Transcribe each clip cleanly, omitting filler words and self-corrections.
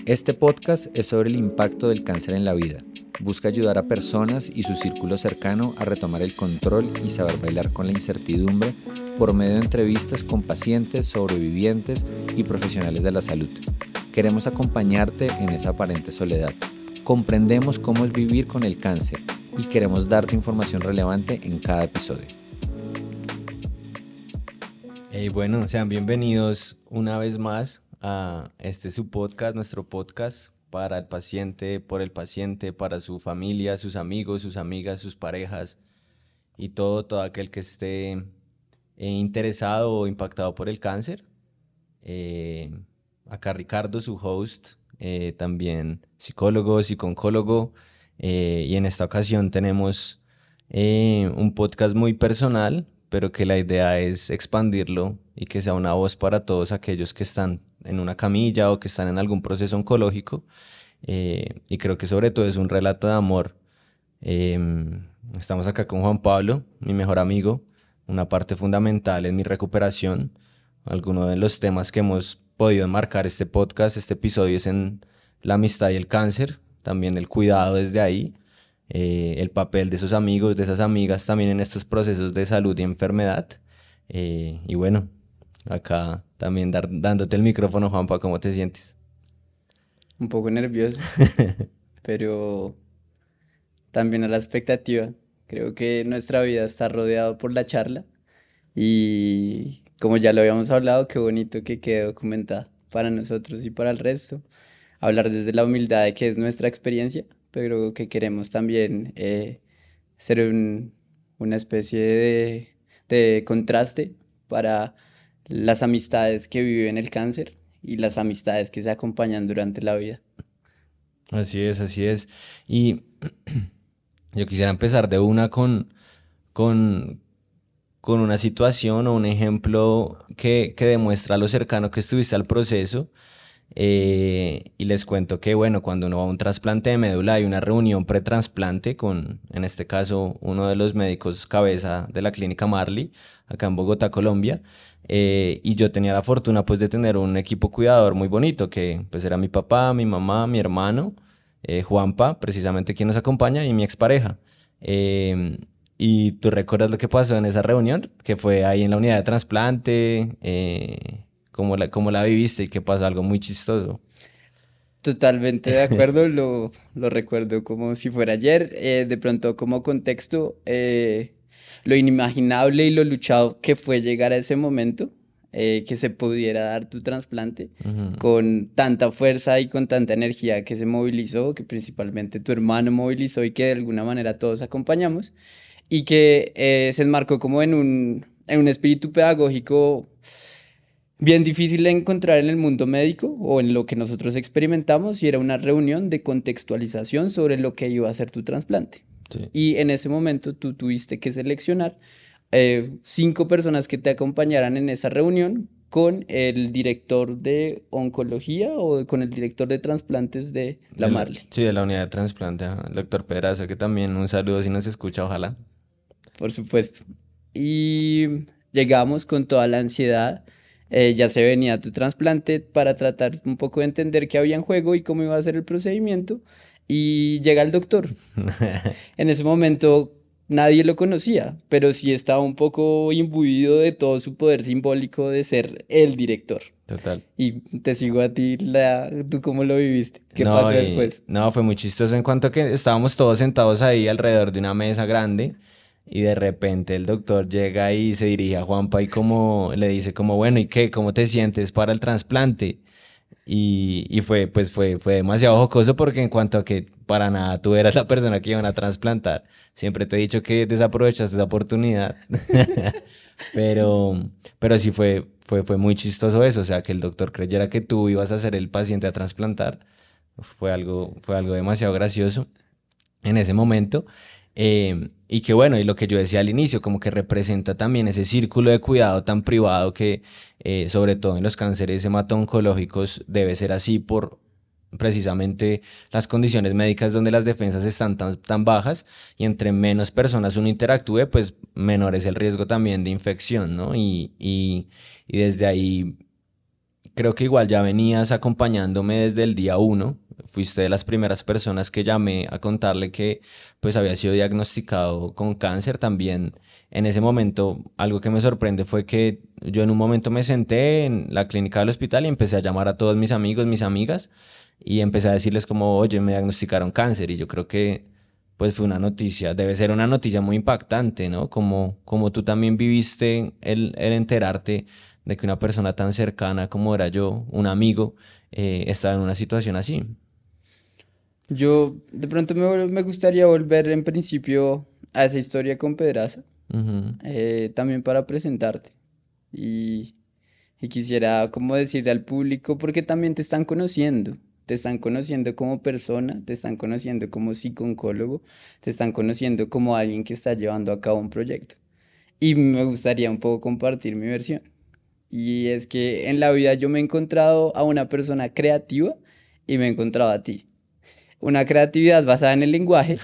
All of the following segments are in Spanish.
Este podcast es sobre el impacto del cáncer en la vida. Busca ayudar a personas y su círculo cercano a retomar el control y saber bailar con la incertidumbre por medio de entrevistas con pacientes, sobrevivientes y profesionales de la salud. Queremos acompañarte en esa aparente soledad. Comprendemos cómo es vivir con el cáncer y queremos darte información relevante en cada episodio. Bueno, sean bienvenidos una vez más a su podcast, nuestro podcast para el paciente, por el paciente, para su familia, sus amigos, sus amigas, sus parejas y todo aquel que esté interesado o impactado por el cáncer. Acá Ricardo, su host, también psicólogo, psicooncólogo, y en esta ocasión tenemos un podcast muy personal, pero que la idea es expandirlo y que sea una voz para todos aquellos que están en una camilla o que están en algún proceso oncológico, y creo que sobre todo es un relato de amor. Estamos acá con Juan Pablo, mi mejor amigo, una parte fundamental en mi recuperación. Algunos de los temas que hemos podido enmarcar este podcast, este episodio, es en la amistad y el cáncer, también el cuidado desde ahí, el papel de esos amigos, de esas amigas también en estos procesos de salud y enfermedad. Y bueno, acá también dándote el micrófono, Juanpa, ¿cómo te sientes? Un poco nervioso, pero también a la expectativa. Creo que nuestra vida está rodeada por la charla y como ya lo habíamos hablado, qué bonito que quede documentada para nosotros y para el resto. Hablar desde la humildad de que es nuestra experiencia, pero que queremos también ser una especie de contraste para las amistades que viven el cáncer y las amistades que se acompañan durante la vida. Así es, así es. Y yo quisiera empezar de una con una situación o un ejemplo que demuestra lo cercano que estuviste al proceso. Y les cuento que, bueno, cuando uno va a un trasplante de médula hay una reunión pretrasplante con, en este caso, uno de los médicos cabeza de la clínica Marley, acá en Bogotá, Colombia. Y yo tenía la fortuna pues de tener un equipo cuidador muy bonito, que pues era mi papá, mi mamá, mi hermano, Juanpa, precisamente quien nos acompaña, y mi expareja. ¿Y tú recuerdas lo que pasó en esa reunión? Que fue ahí en la unidad de trasplante. ¿Cómo la viviste y qué pasó? Algo muy chistoso. Totalmente de acuerdo, lo recuerdo como si fuera ayer. De pronto, como contexto, lo inimaginable y lo luchado que fue llegar a ese momento, que se pudiera dar tu trasplante Ujú. con tanta fuerza y con tanta energía que se movilizó, que principalmente tu hermano movilizó y que de alguna manera todos acompañamos, y que se enmarcó como en un espíritu pedagógico bien difícil de encontrar en el mundo médico o en lo que nosotros experimentamos, y era una reunión de contextualización sobre lo que iba a ser tu trasplante. Sí. Y en ese momento tú tuviste que seleccionar 5 personas que te acompañaran en esa reunión con el director de oncología o con el director de trasplantes de la Marley. Sí, de la unidad de trasplante, ajá. El doctor Pedraza, que también un saludo si nos escucha, ojalá. Por supuesto. Y llegamos con toda la ansiedad. Ya se venía tu trasplante para tratar un poco de entender qué había en juego y cómo iba a ser el procedimiento. Y llega el doctor. En ese momento nadie lo conocía, pero sí estaba un poco imbuido de todo su poder simbólico de ser el director. Total. Y te sigo a ti, ¿tú cómo lo viviste? ¿Qué No, pasó después? no, fue muy chistoso en cuanto a que estábamos todos sentados ahí alrededor de una mesa grande y de repente el doctor llega y se dirige a Juanpa y como le dice como, bueno, ¿y qué? ¿Cómo te sientes para el trasplante? Y fue demasiado jocoso porque en cuanto a que para nada tú eras la persona que iban a trasplantar, siempre te he dicho que desaprovechaste esa oportunidad. Pero sí fue muy chistoso eso, o sea, que el doctor creyera que tú ibas a ser el paciente a trasplantar, fue algo demasiado gracioso en ese momento. Y que bueno, y lo que yo decía al inicio, como que representa también ese círculo de cuidado tan privado que, sobre todo en los cánceres hemato-oncológicos, debe ser así por precisamente las condiciones médicas donde las defensas están tan bajas, y entre menos personas uno interactúe, pues menor es el riesgo también de infección, ¿no? Y desde ahí creo que igual ya venías acompañándome desde el día uno. Fuiste de las primeras personas que llamé a contarle que pues había sido diagnosticado con cáncer. También en ese momento algo que me sorprende fue que yo en un momento me senté en la clínica del hospital y empecé a llamar a todos mis amigos, mis amigas, y empecé a decirles como, oye, me diagnosticaron cáncer. Y yo creo que pues fue una noticia, debe ser una noticia muy impactante, ¿no? Como tú también viviste el enterarte de que una persona tan cercana como era yo, un amigo, estaba en una situación así. Yo de pronto me gustaría volver en principio a esa historia con Pedraza, Ujú. también para presentarte. Y, y quisiera como decirle al público, porque también te están conociendo como persona, te están conociendo como psicólogo, te están conociendo como alguien que está llevando a cabo un proyecto. Y me gustaría un poco compartir mi versión. Y es que en la vida yo me he encontrado a una persona creativa y me he encontrado a ti. Una creatividad basada en el lenguaje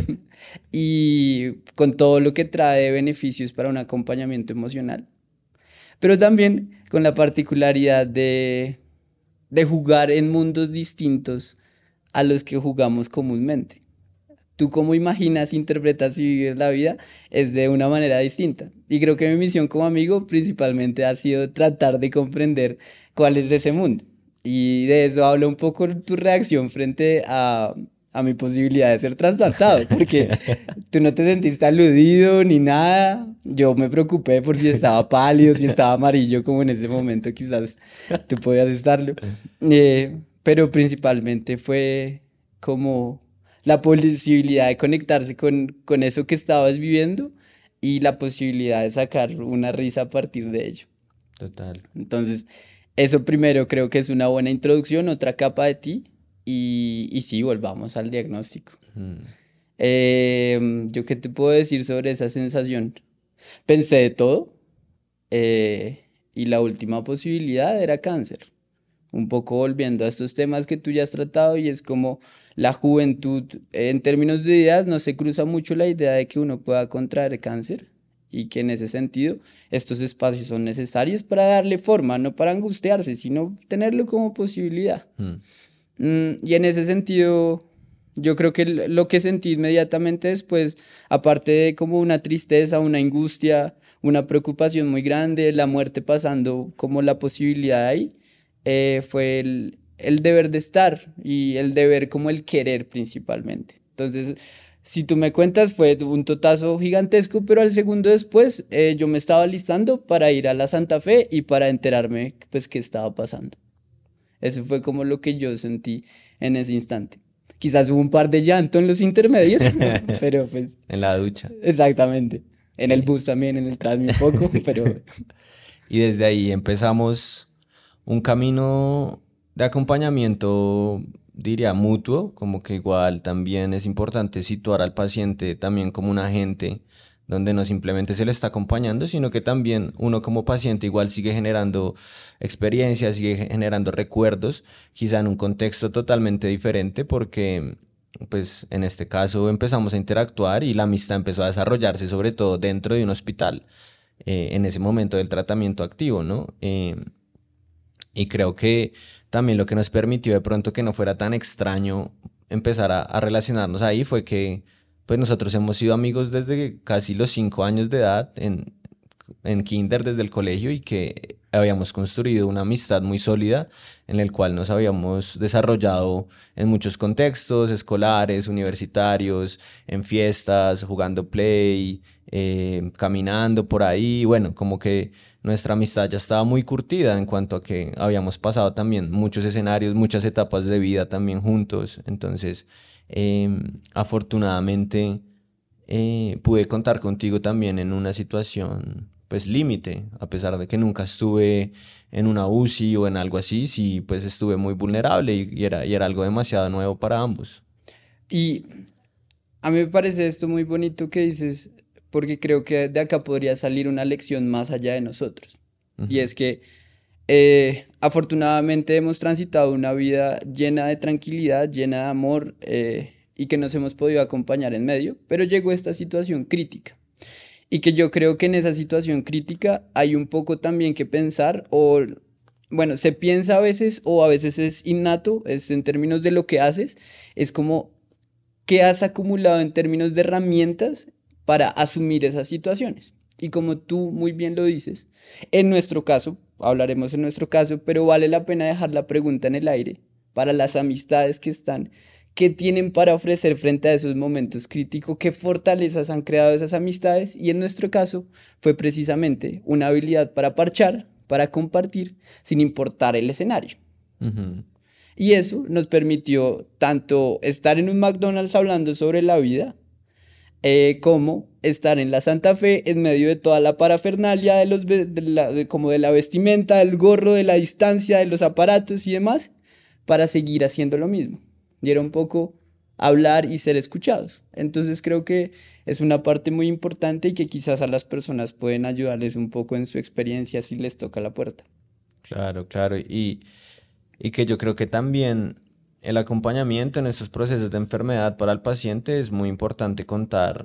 y con todo lo que trae de beneficios para un acompañamiento emocional, pero también con la particularidad de jugar en mundos distintos a los que jugamos comúnmente. Tú cómo imaginas, interpretas y vives la vida es de una manera distinta. Y creo que mi misión como amigo principalmente ha sido tratar de comprender cuál es ese mundo. Y de eso habla un poco tu reacción frente a mi posibilidad de ser trasplantado, porque tú no te sentiste aludido ni nada. Yo me preocupé por si estaba pálido, si estaba amarillo, como en ese momento quizás tú podías estarlo. Pero principalmente fue como la posibilidad de conectarse con eso que estabas viviendo y la posibilidad de sacar una risa a partir de ello. Total. Entonces, eso primero creo que es una buena introducción, otra capa de ti y sí, volvamos al diagnóstico. Mm. ¿Yo qué te puedo decir sobre esa sensación? Pensé de todo y la última posibilidad era cáncer. Un poco volviendo a estos temas que tú ya has tratado y es como la juventud, en términos de ideas, no se cruza mucho la idea de que uno pueda contraer cáncer y que en ese sentido estos espacios son necesarios para darle forma, no para angustiarse, sino tenerlo como posibilidad. Mm. Y en ese sentido, yo creo que lo que sentí inmediatamente después, aparte de como una tristeza, una angustia, una preocupación muy grande, la muerte pasando como la posibilidad ahí, fue el deber de estar y el deber como el querer principalmente. Entonces, si tú me cuentas, fue un totazo gigantesco, pero al segundo después yo me estaba listando para ir a la Santa Fe y para enterarme pues qué estaba pasando. Eso fue como lo que yo sentí en ese instante. Quizás hubo un par de llanto en los intermedios, pero pues En la ducha. exactamente. En el Sí. bus también, en el Transmi un poco, pero Y desde ahí empezamos un camino de acompañamiento, diría, mutuo, como que igual también es importante situar al paciente también como un agente donde no simplemente se le está acompañando, sino que también uno como paciente igual sigue generando experiencias, sigue generando recuerdos, quizá en un contexto totalmente diferente, porque pues en este caso empezamos a interactuar y la amistad empezó a desarrollarse sobre todo dentro de un hospital, en ese momento del tratamiento activo, ¿no? Y creo que también lo que nos permitió de pronto que no fuera tan extraño empezar a relacionarnos ahí fue que pues nosotros hemos sido amigos desde casi los 5 años de edad en kinder desde el colegio y que habíamos construido una amistad muy sólida en el cual nos habíamos desarrollado en muchos contextos escolares, universitarios, en fiestas, jugando play, caminando por ahí, bueno, como que nuestra amistad ya estaba muy curtida en cuanto a que habíamos pasado también muchos escenarios, muchas etapas de vida también juntos. Entonces, afortunadamente, pude contar contigo también en una situación, pues límite, a pesar de que nunca estuve en una UCI o en algo así, sí, pues estuve muy vulnerable y era algo demasiado nuevo para ambos. y a mí me parece esto muy bonito que dices, porque creo que de acá podría salir una lección más allá de nosotros. Y Ujú. es que afortunadamente hemos transitado una vida llena de tranquilidad, llena de amor y que nos hemos podido acompañar en medio, pero llegó esta situación crítica. Y que yo creo que en esa situación crítica hay un poco también que pensar bueno, se piensa a veces o a veces es innato, es en términos de lo que haces, es como qué has acumulado en términos de herramientas para asumir esas situaciones. Y como tú muy bien lo dices, en nuestro caso, hablaremos en nuestro caso, pero vale la pena dejar la pregunta en el aire para las amistades que están, qué tienen para ofrecer frente a esos momentos críticos, qué fortalezas han creado esas amistades. Y en nuestro caso fue precisamente una habilidad para parchar, para compartir, sin importar el escenario. Ujú. Y eso nos permitió tanto estar en un McDonald's hablando sobre la vida, como estar en la Santa Fe en medio de toda la parafernalia como de la vestimenta, del gorro, de la distancia, de los aparatos y demás, para seguir haciendo lo mismo. Y era un poco hablar y ser escuchados. Entonces creo que es una parte muy importante y que quizás a las personas pueden ayudarles un poco en su experiencia si les toca la puerta. Claro, claro. Y que yo creo que también el acompañamiento en estos procesos de enfermedad para el paciente es muy importante contar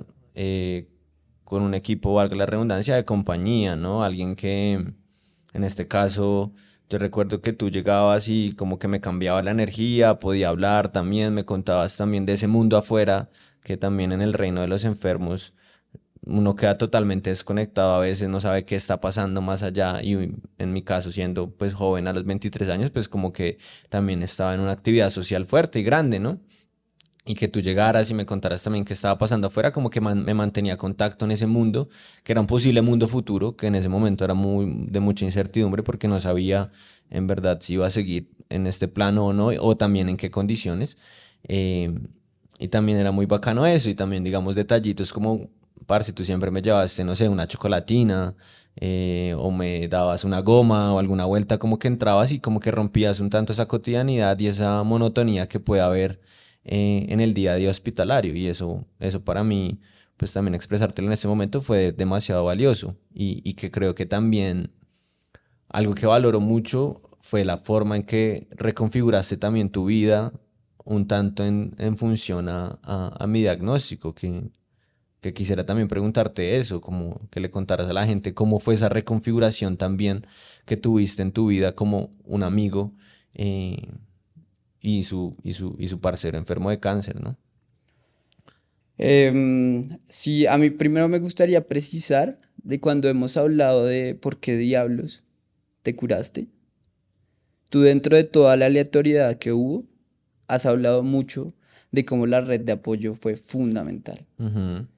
con un equipo, valga la redundancia, de compañía, ¿no? Alguien que, en este caso, yo recuerdo que tú llegabas y como que me cambiaba la energía, podía hablar también, me contabas también de ese mundo afuera, que también en el reino de los enfermos uno queda totalmente desconectado, a veces no sabe qué está pasando más allá y en mi caso siendo pues joven a los 23 años pues como que también estaba en una actividad social fuerte y grande, ¿no? Y que tú llegaras y me contaras también qué estaba pasando afuera, como que me mantenía contacto en ese mundo, que era un posible mundo futuro, que en ese momento era de mucha incertidumbre porque no sabía en verdad si iba a seguir en este plano o no, o también en qué condiciones. Eh, y también era muy bacano eso, y también digamos detallitos como, parce, tú siempre me llevaste, no sé, una chocolatina, o me dabas una goma o alguna vuelta, como que entrabas y como que rompías un tanto esa cotidianidad y esa monotonía que puede haber en el día a día hospitalario. Y eso para mí, pues también expresártelo en ese momento fue demasiado valioso. Y que creo que también algo que valoro mucho fue la forma en que reconfiguraste también tu vida un tanto en función a mi diagnóstico, que quisiera también preguntarte eso, como que le contaras a la gente cómo fue esa reconfiguración también que tuviste en tu vida como un amigo, eh, y su parcero enfermo de cáncer, ¿no? Sí, a mí primero me gustaría precisar de cuando hemos hablado de por qué diablos te curaste. Tú dentro de toda la aleatoriedad que hubo, has hablado mucho de cómo la red de apoyo fue fundamental. Ujú.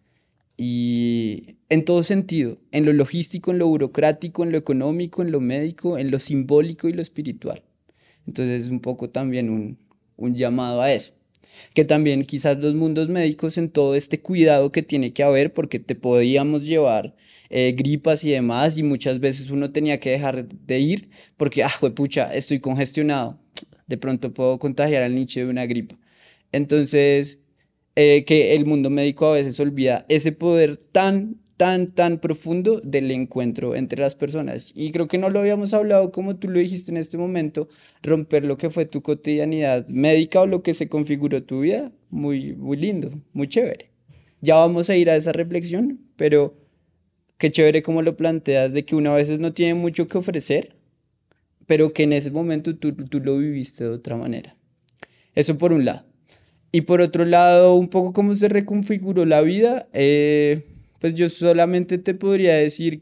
Y en todo sentido, en lo logístico, en lo burocrático, en lo económico, en lo médico, en lo simbólico y lo espiritual. Entonces es un poco también un llamado a eso. Que también quizás los mundos médicos en todo este cuidado que tiene que haber, porque te podíamos llevar gripas y demás, y muchas veces uno tenía que dejar de ir porque, pucha, estoy congestionado, de pronto puedo contagiar al nicho de una gripa. Entonces, que el mundo médico a veces olvida ese poder tan profundo del encuentro entre las personas. Y creo que no lo habíamos hablado como tú lo dijiste en este momento, romper lo que fue tu cotidianidad médica o lo que se configuró tu vida, muy, muy lindo, muy chévere. Ya vamos a ir a esa reflexión, pero qué chévere como lo planteas, de que uno a veces no tiene mucho que ofrecer, pero que en ese momento tú lo viviste de otra manera. Eso por un lado. Y por otro lado, un poco cómo se reconfiguró la vida, pues yo solamente te podría decir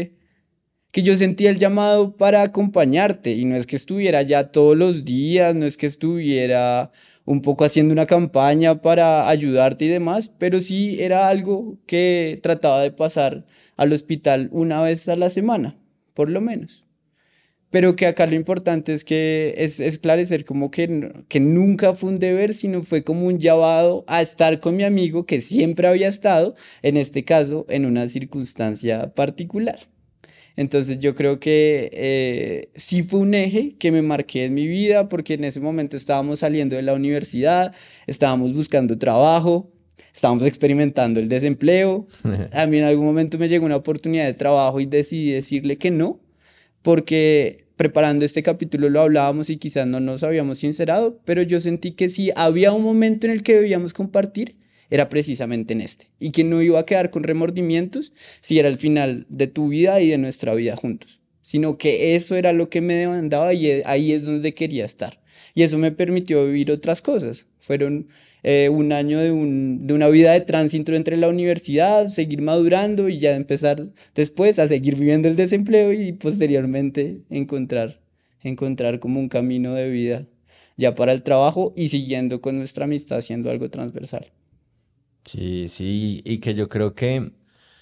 que yo sentía el llamado para acompañarte y no es que estuviera ya todos los días, no es que estuviera un poco haciendo una campaña para ayudarte y demás, pero sí era algo que trataba de pasar al hospital una vez a la semana, por lo menos. Pero que acá lo importante es que es esclarecer como que nunca fue un deber, sino fue como un llamado a estar con mi amigo que siempre había estado, en este caso, en una circunstancia particular. Entonces yo creo que sí fue un eje que me marqué en mi vida, porque en ese momento estábamos saliendo de la universidad, estábamos buscando trabajo, estábamos experimentando el desempleo. A mí en algún momento me llegó una oportunidad de trabajo y decidí decirle que no, porque preparando este capítulo lo hablábamos y quizás no nos habíamos sincerado, pero yo sentí que si había un momento en el que debíamos compartir, era precisamente en este, y que no iba a quedar con remordimientos si era el final de tu vida y de nuestra vida juntos, sino que eso era lo que me demandaba y ahí es donde quería estar. Y eso me permitió vivir otras cosas. Fueron un año de una vida de tránsito entre la universidad, seguir madurando y ya empezar después a seguir viviendo el desempleo y posteriormente encontrar como un camino de vida ya para el trabajo y siguiendo con nuestra amistad haciendo algo transversal. Sí, sí, y que yo creo que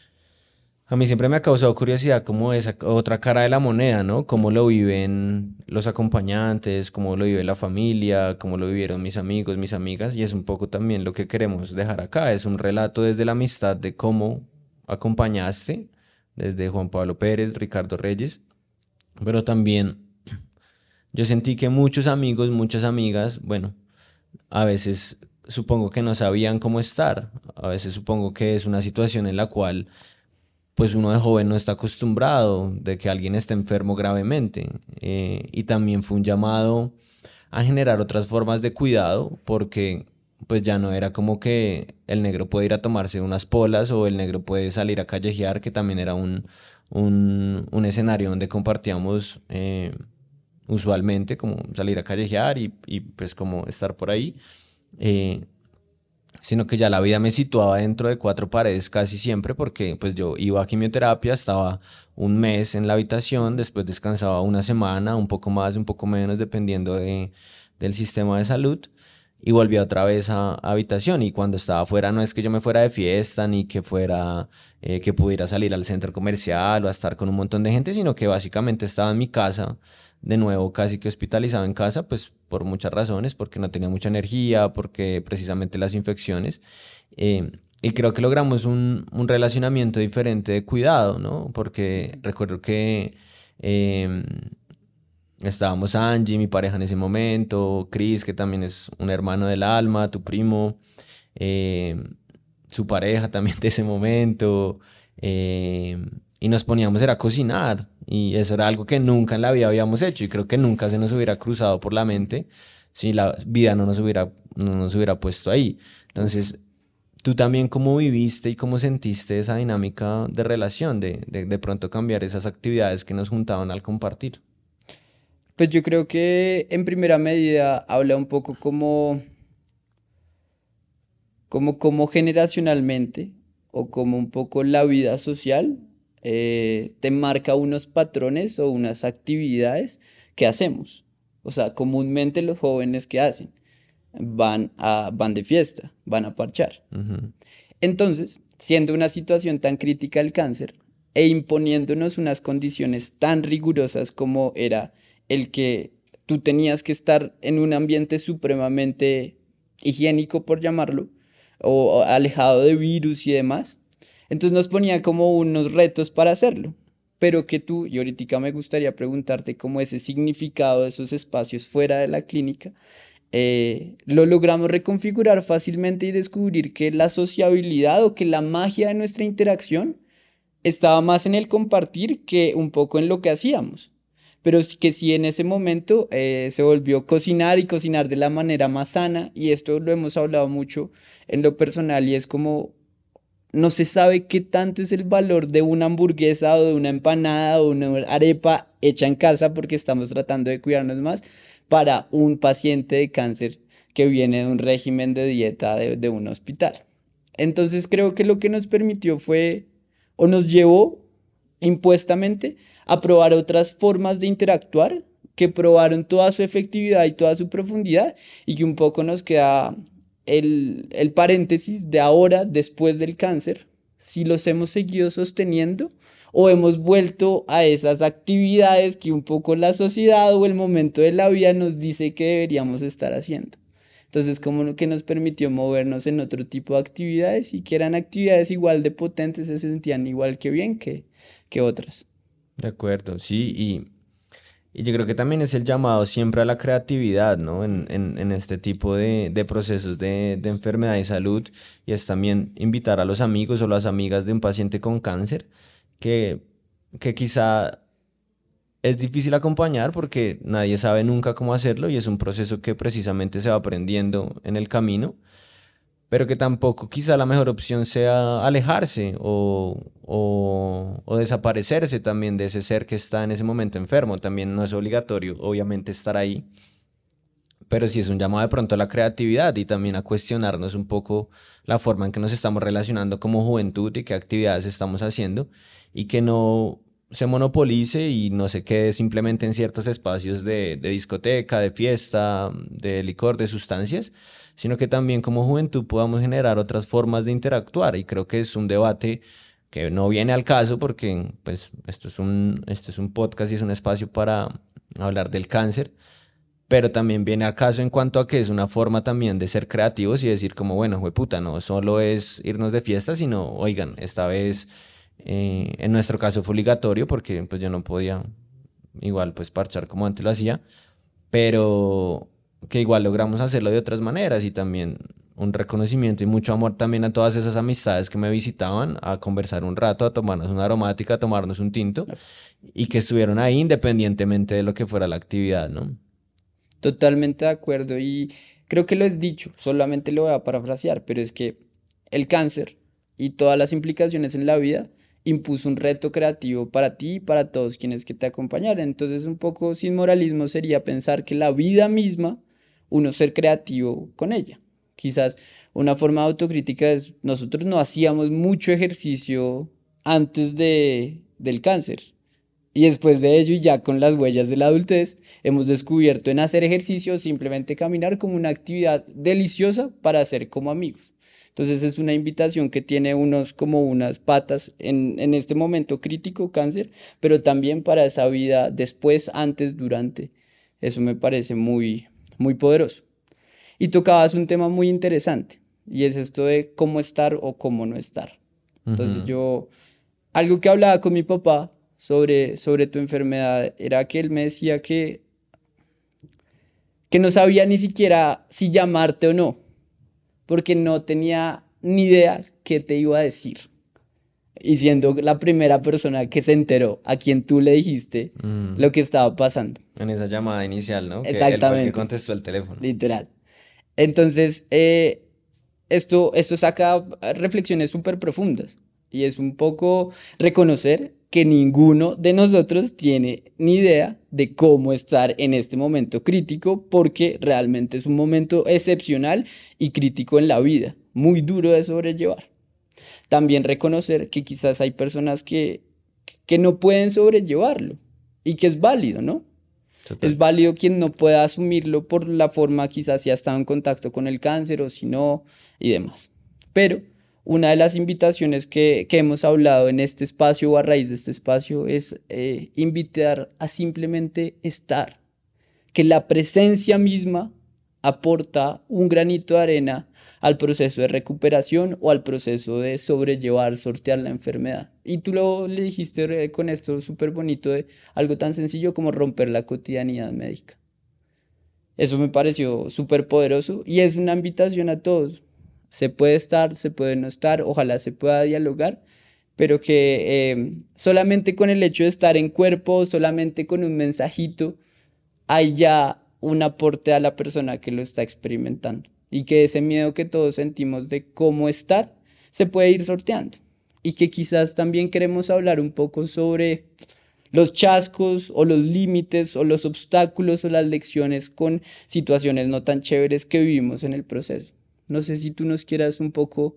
a mí siempre me ha causado curiosidad cómo esa otra cara de la moneda, ¿no? Cómo lo viven los acompañantes, cómo lo vive la familia, cómo lo vivieron mis amigos, mis amigas, y es un poco también lo que queremos dejar acá. Es un relato desde la amistad de cómo acompañaste, desde Juan Pablo Pérez, Ricardo Reyes, pero también yo sentí que muchos amigos, muchas amigas, bueno, a veces supongo que no sabían cómo estar, a veces supongo que es una situación en la cual pues uno de joven no está acostumbrado de que alguien esté enfermo gravemente. Y también fue un llamado a generar otras formas de cuidado porque pues ya no era como que el negro puede ir a tomarse unas polas o el negro puede salir a callejear, que también era un escenario donde compartíamos usualmente como salir a callejear y pues como estar por ahí. Eh, Sino que ya la vida me situaba dentro de cuatro paredes casi siempre porque pues yo iba a quimioterapia, estaba un mes en la habitación, después descansaba una semana, un poco más, un poco menos, dependiendo del sistema de salud, y volvía otra vez a habitación. Y cuando estaba afuera no es que yo me fuera de fiesta ni que fuera que pudiera salir al centro comercial o a estar con un montón de gente, sino que básicamente estaba en mi casa, de nuevo casi que hospitalizado en casa, pues por muchas razones, porque no tenía mucha energía, porque precisamente las infecciones. Y creo que logramos un relacionamiento diferente de cuidado, ¿no? Porque recuerdo que em, estábamos Angie, mi pareja en ese momento, Chris, que también es un hermano del alma, tu primo, em, su pareja también de ese momento, y nos poníamos era a cocinar, y eso era algo que nunca en la vida habíamos hecho, y creo que nunca se nos hubiera cruzado por la mente si la vida no nos hubiera puesto ahí. Entonces, tú también cómo viviste y cómo sentiste esa dinámica de relación, de pronto cambiar esas actividades que nos juntaban al compartir. Pues yo creo que en primera medida habla un poco como generacionalmente o como un poco la vida social te marca unos patrones o unas actividades que hacemos. O sea, comúnmente los jóvenes que hacen van de fiesta, van a parchar. Ujú. Entonces, siendo una situación tan crítica el cáncer e imponiéndonos unas condiciones tan rigurosas como era el que tú tenías que estar en un ambiente supremamente higiénico, por llamarlo, o alejado de virus y demás, entonces nos ponía como unos retos para hacerlo. Pero que tú, y ahorita me gustaría preguntarte cómo ese significado de esos espacios fuera de la clínica lo logramos reconfigurar fácilmente y descubrir que la sociabilidad o que la magia de nuestra interacción estaba más en el compartir que un poco en lo que hacíamos. Pero sí que sí en ese momento se volvió cocinar y cocinar de la manera más sana y esto lo hemos hablado mucho en lo personal y es como no se sabe qué tanto es el valor de una hamburguesa o de una empanada o una arepa hecha en casa porque estamos tratando de cuidarnos más para un paciente de cáncer que viene de un régimen de dieta de un hospital. Entonces creo que lo que nos permitió fue o nos llevó impuestamente a probar otras formas de interactuar que probaron toda su efectividad y toda su profundidad y que un poco nos queda el paréntesis de ahora, después del cáncer, si los hemos seguido sosteniendo o hemos vuelto a esas actividades que un poco la sociedad o el momento de la vida nos dice que deberíamos estar haciendo. Entonces, como que nos permitió movernos en otro tipo de actividades y que eran actividades igual de potentes, se sentían igual que bien que otras. De acuerdo, sí, y yo creo que también es el llamado siempre a la creatividad, ¿no? En este tipo de procesos de enfermedad y salud, y es también invitar a los amigos o las amigas de un paciente con cáncer que, que quizá es difícil acompañar porque nadie sabe nunca cómo hacerlo y es un proceso que precisamente se va aprendiendo en el camino, pero que tampoco quizá la mejor opción sea alejarse o desaparecerse también de ese ser que está en ese momento enfermo. También no es obligatorio, obviamente, estar ahí, pero sí es un llamado de pronto a la creatividad y también a cuestionarnos un poco la forma en que nos estamos relacionando como juventud y qué actividades estamos haciendo, y que no se monopolice y no se quede simplemente en ciertos espacios de discoteca, de fiesta, de licor, de sustancias, sino que también como juventud podamos generar otras formas de interactuar. Y creo que es un debate que no viene al caso porque pues esto es un podcast y es un espacio para hablar del cáncer, pero también viene al caso en cuanto a que es una forma también de ser creativos y decir como, bueno, jueputa, no solo es irnos de fiesta, sino, oigan, esta vez, en nuestro caso fue obligatorio porque pues yo no podía igual pues parchar como antes lo hacía, pero que igual logramos hacerlo de otras maneras, y también un reconocimiento y mucho amor también a todas esas amistades que me visitaban a conversar un rato, a tomarnos una aromática, a tomarnos un tinto, y que estuvieron ahí independientemente de lo que fuera la actividad, ¿no? Totalmente de acuerdo y creo que lo has dicho, solamente lo voy a parafrasear, pero es que el cáncer y todas las implicaciones en la vida impuso un reto creativo para ti y para todos quienes que te acompañaron. Entonces un poco sin moralismo sería pensar que la vida misma, uno ser creativo con ella. Quizás una forma de autocrítica es, nosotros no hacíamos mucho ejercicio antes del cáncer. Y después de ello, y ya con las huellas de la adultez, hemos descubierto en hacer ejercicio simplemente caminar como una actividad deliciosa para hacer como amigos. Entonces es una invitación que tiene unos como unas patas en este momento crítico, cáncer, pero también para esa vida después, antes, durante. Eso me parece muy, muy poderoso. Y tocabas un tema muy interesante, y es esto de cómo estar o cómo no estar. Entonces Ujú. algo que hablaba con mi papá sobre tu enfermedad era que él me decía que no sabía ni siquiera si llamarte o no, porque no tenía ni idea qué te iba a decir. Y siendo la primera persona que se enteró, a quien tú le dijiste Mm. lo que estaba pasando. En esa llamada inicial, ¿no? Que él fue el que Exactamente, contestó el teléfono. literal. Entonces, esto saca reflexiones súper profundas y es un poco reconocer que ninguno de nosotros tiene ni idea de cómo estar en este momento crítico, porque realmente es un momento excepcional y crítico en la vida, muy duro de sobrellevar. También reconocer que quizás hay personas que no pueden sobrellevarlo y que es válido, ¿no? Total. Es válido quien no pueda asumirlo por la forma quizás si ha estado en contacto con el cáncer o si no y demás. Pero una de las invitaciones que hemos hablado en este espacio o a raíz de este espacio es invitar a simplemente estar, que la presencia misma aporta un granito de arena al proceso de recuperación o al proceso de sobrellevar, sortear la enfermedad. Y tú le dijiste con esto súper bonito de algo tan sencillo como romper la cotidianidad médica. Eso me pareció súper poderoso y es una invitación a todos. Se puede estar, se puede no estar, ojalá se pueda dialogar, pero que solamente con el hecho de estar en cuerpo, solamente con un mensajito, hay ya un aporte a la persona que lo está experimentando y que ese miedo que todos sentimos de cómo estar se puede ir sorteando y que quizás también queremos hablar un poco sobre los chascos o los límites o los obstáculos o las lecciones con situaciones no tan chéveres que vivimos en el proceso. No sé si tú nos quieras un poco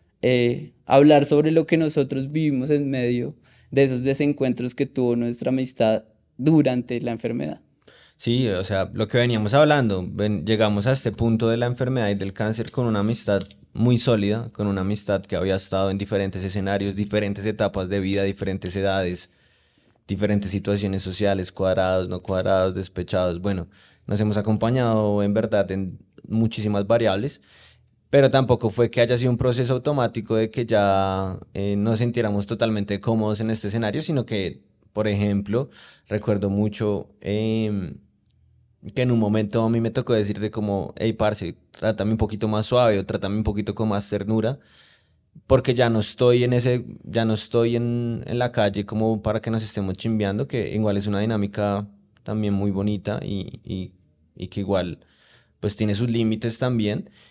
hablar sobre lo que nosotros vivimos en medio de esos desencuentros que tuvo nuestra amistad durante la enfermedad. Sí, o sea, lo que veníamos hablando, llegamos a este punto de la enfermedad y del cáncer con una amistad muy sólida, con una amistad que había estado en diferentes escenarios, diferentes etapas de vida, diferentes edades, diferentes situaciones sociales, cuadrados, no cuadrados, despechados. Bueno, nos hemos acompañado en verdad en muchísimas variables, pero tampoco fue que haya sido un proceso automático de que ya nos sintiéramos totalmente cómodos en este escenario, sino que, por ejemplo, recuerdo mucho que en un momento a mí me tocó decirte como, hey, parce, trátame un poquito más suave o trátame un poquito con más ternura, porque ya no estoy ya no estoy en la calle como para que nos estemos chimbeando, que igual es una dinámica también muy bonita y que igual pues tiene sus límites también,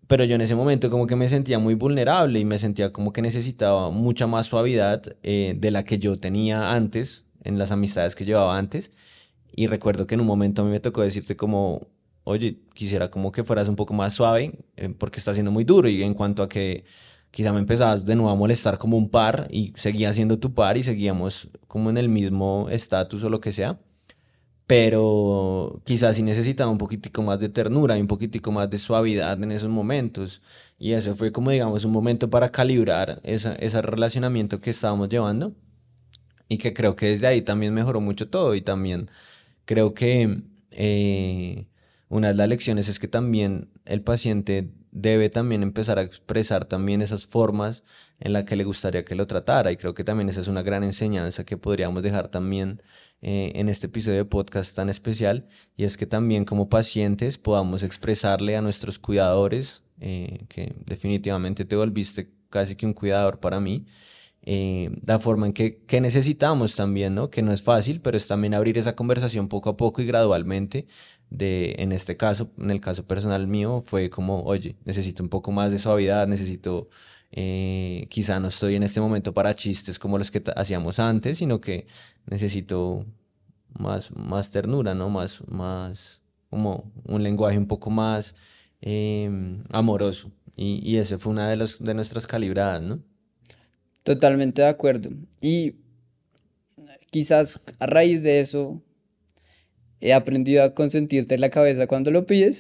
pero yo en ese momento como que me sentía muy vulnerable y me sentía como que necesitaba mucha más suavidad de la que yo tenía antes, en las amistades que llevaba antes. Y recuerdo que en un momento a mí me tocó decirte como, oye, quisiera como que fueras un poco más suave porque está siendo muy duro. Y en cuanto a que quizá me empezabas de nuevo a molestar como un par y seguía siendo tu par y seguíamos como en el mismo estatus o lo que sea, pero quizás sí necesitaba un poquitico más de ternura y un poquitico más de suavidad en esos momentos. Y eso fue como, digamos, un momento para calibrar ese relacionamiento que estábamos llevando y que creo que desde ahí también mejoró mucho todo y también creo que una de las lecciones es que también el paciente debe también empezar a expresar también esas formas en las que le gustaría que lo tratara y creo que también esa es una gran enseñanza que podríamos dejar también en este episodio de podcast tan especial y es que también como pacientes podamos expresarle a nuestros cuidadores que definitivamente te volviste casi que un cuidador para mí la forma en que necesitamos también, ¿no? Que no es fácil, pero es también abrir esa conversación poco a poco y gradualmente. En este caso, en el caso personal mío, fue como, oye, necesito un poco más de suavidad, necesito, quizá no estoy en este momento para chistes como los que hacíamos antes, sino que necesito más ternura, ¿no? Como un lenguaje un poco más amoroso. Y ese fue una de nuestras calibradas, ¿no? Totalmente de acuerdo. Y quizás a raíz de eso he aprendido a consentirte en la cabeza cuando lo pides.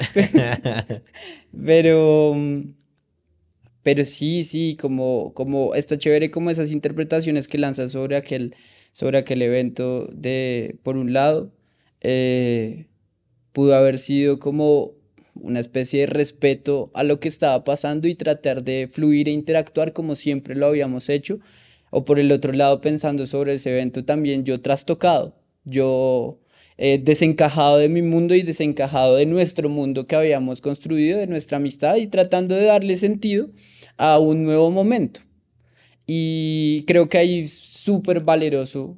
Pero, pero sí, sí, como está chévere como esas interpretaciones que lanzas sobre aquel evento de, por un lado, eh, pudo haber sido como una especie de respeto a lo que estaba pasando y tratar de fluir e interactuar como siempre lo habíamos hecho. O por el otro lado, pensando sobre ese evento también, yo trastocado, yo desencajado de mi mundo y desencajado de nuestro mundo que habíamos construido, de nuestra amistad y tratando de darle sentido a un nuevo momento. Y creo que ahí es súper valeroso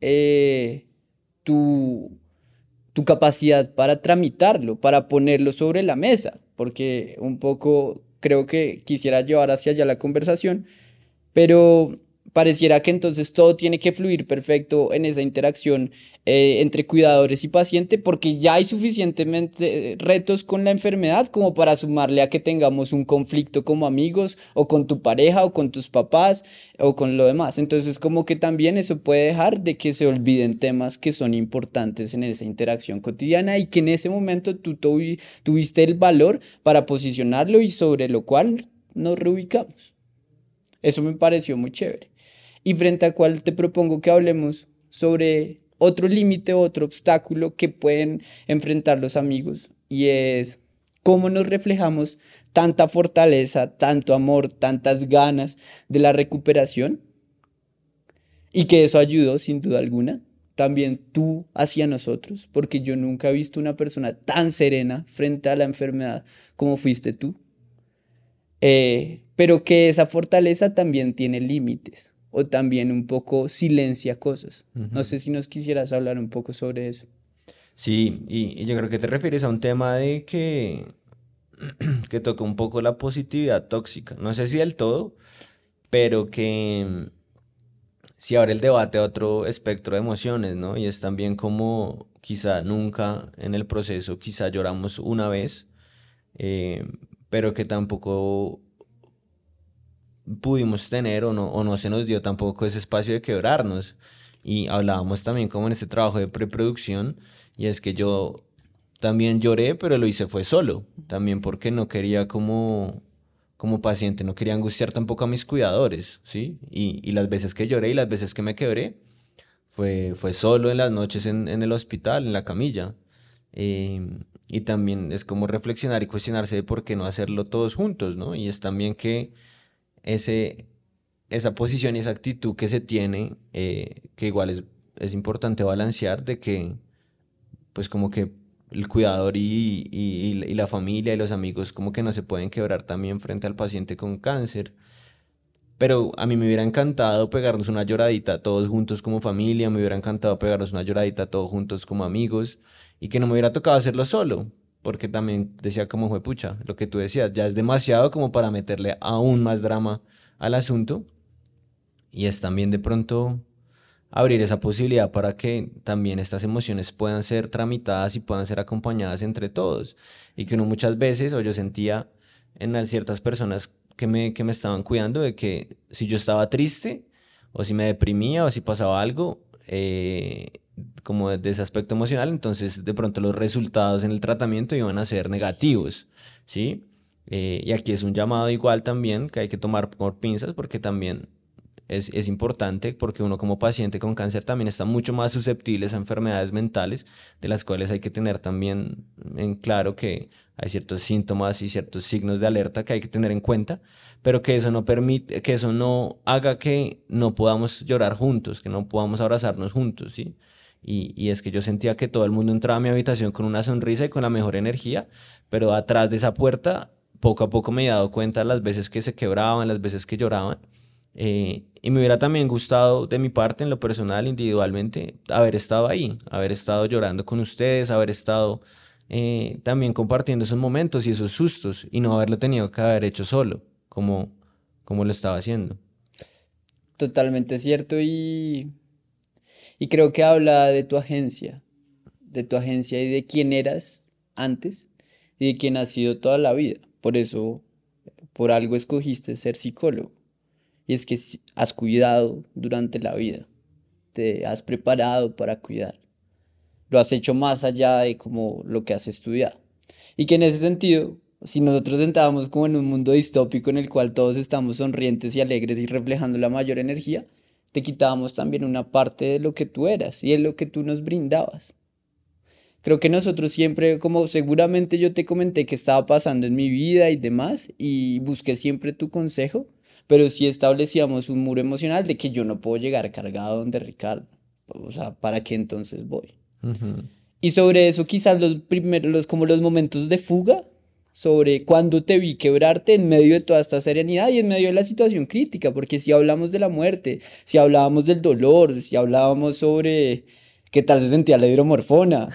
tu, tu capacidad para tramitarlo, para ponerlo sobre la mesa, porque un poco creo que quisiera llevar hacia allá la conversación, pero pareciera que entonces todo tiene que fluir perfecto en esa interacción entre cuidadores y paciente, porque ya hay suficientemente retos con la enfermedad como para sumarle a que tengamos un conflicto como amigos o con tu pareja o con tus papás o con lo demás. Entonces como que también eso puede dejar de que se olviden temas que son importantes en esa interacción cotidiana y que en ese momento tú tuviste el valor para posicionarlo y sobre lo cual nos reubicamos. Eso me pareció muy chévere. Y frente a cual te propongo que hablemos sobre otro límite, otro obstáculo que pueden enfrentar los amigos, y es cómo nos reflejamos tanta fortaleza, tanto amor, tantas ganas de la recuperación, y que eso ayudó sin duda alguna también tú hacia nosotros, porque yo nunca he visto una persona tan serena frente a la enfermedad como fuiste tú. Pero que esa fortaleza también tiene límites o también un poco silencia cosas. No Ujú. sé si nos quisieras hablar un poco sobre eso. Sí, y yo creo que te refieres a un tema de que toca un poco la positividad tóxica. No sé si del todo, pero que sí abre el debate a otro espectro de emociones, ¿no? Y es también como quizá nunca en el proceso, quizá lloramos una vez, eh, pero que tampoco pudimos tener o no se nos dio tampoco ese espacio de quebrarnos. Y hablábamos también como en este trabajo de preproducción, y es que yo también lloré, pero lo hice fue solo, también porque no quería como paciente, no quería angustiar tampoco a mis cuidadores, ¿sí? Y las veces que lloré y las veces que me quebré, fue solo en las noches en el hospital, en la camilla. Y también es como reflexionar y cuestionarse de por qué no hacerlo todos juntos, ¿no? Y es también que ese, esa posición y esa actitud que se tiene, que igual es importante balancear, de que pues como que el cuidador y la familia y los amigos como que no se pueden quebrar también frente al paciente con cáncer. Pero a mí me hubiera encantado pegarnos una lloradita todos juntos como familia, me hubiera encantado pegarnos una lloradita todos juntos como amigos y que no me hubiera tocado hacerlo solo, porque también decía como fue pucha, lo que tú decías, ya es demasiado como para meterle aún más drama al asunto y es también de pronto abrir esa posibilidad para que también estas emociones puedan ser tramitadas y puedan ser acompañadas entre todos. Y que uno muchas veces, o yo sentía en ciertas personas que me estaban cuidando, de que si yo estaba triste, o si me deprimía, o si pasaba algo, como de ese aspecto emocional, entonces de pronto los resultados en el tratamiento iban a ser negativos, ¿sí? Y aquí es un llamado igual también que hay que tomar por pinzas porque también es importante porque uno como paciente con cáncer también está mucho más susceptible a enfermedades mentales de las cuales hay que tener también en claro que hay ciertos síntomas y ciertos signos de alerta que hay que tener en cuenta, pero que eso no permite, que eso no haga que no podamos llorar juntos, que no podamos abrazarnos juntos, ¿sí? Y es que yo sentía que todo el mundo entraba a mi habitación con una sonrisa y con la mejor energía, pero atrás de esa puerta poco a poco me he dado cuenta las veces que se quebraban, las veces que lloraban. Y me hubiera también gustado de mi parte, en lo personal, individualmente, haber estado ahí, haber estado llorando con ustedes, haber estado también compartiendo esos momentos y esos sustos y no haberlo tenido que haber hecho solo, como lo estaba haciendo. Totalmente cierto y creo que habla de tu agencia y de quién eras antes y de quién has sido toda la vida. Por eso, por algo escogiste ser psicólogo. Y es que has cuidado durante la vida, te has preparado para cuidar. Lo has hecho más allá de como lo que has estudiado. Y que en ese sentido, si nosotros entramos como en un mundo distópico en el cual todos estamos sonrientes y alegres y reflejando la mayor energía, te quitábamos también una parte de lo que tú eras y de lo que tú nos brindabas. Creo que nosotros siempre, como seguramente yo te comenté que estaba pasando en mi vida y demás, y busqué siempre tu consejo, pero sí establecíamos un muro emocional de que yo no puedo llegar cargado donde Ricardo. O sea, ¿para qué entonces voy? Ujú. Y sobre eso quizás como los momentos de fuga, sobre cuando te vi quebrarte en medio de toda esta serenidad y en medio de la situación crítica, porque si hablamos de la muerte, si hablábamos del dolor, si hablábamos sobre qué tal se sentía la hidromorfona,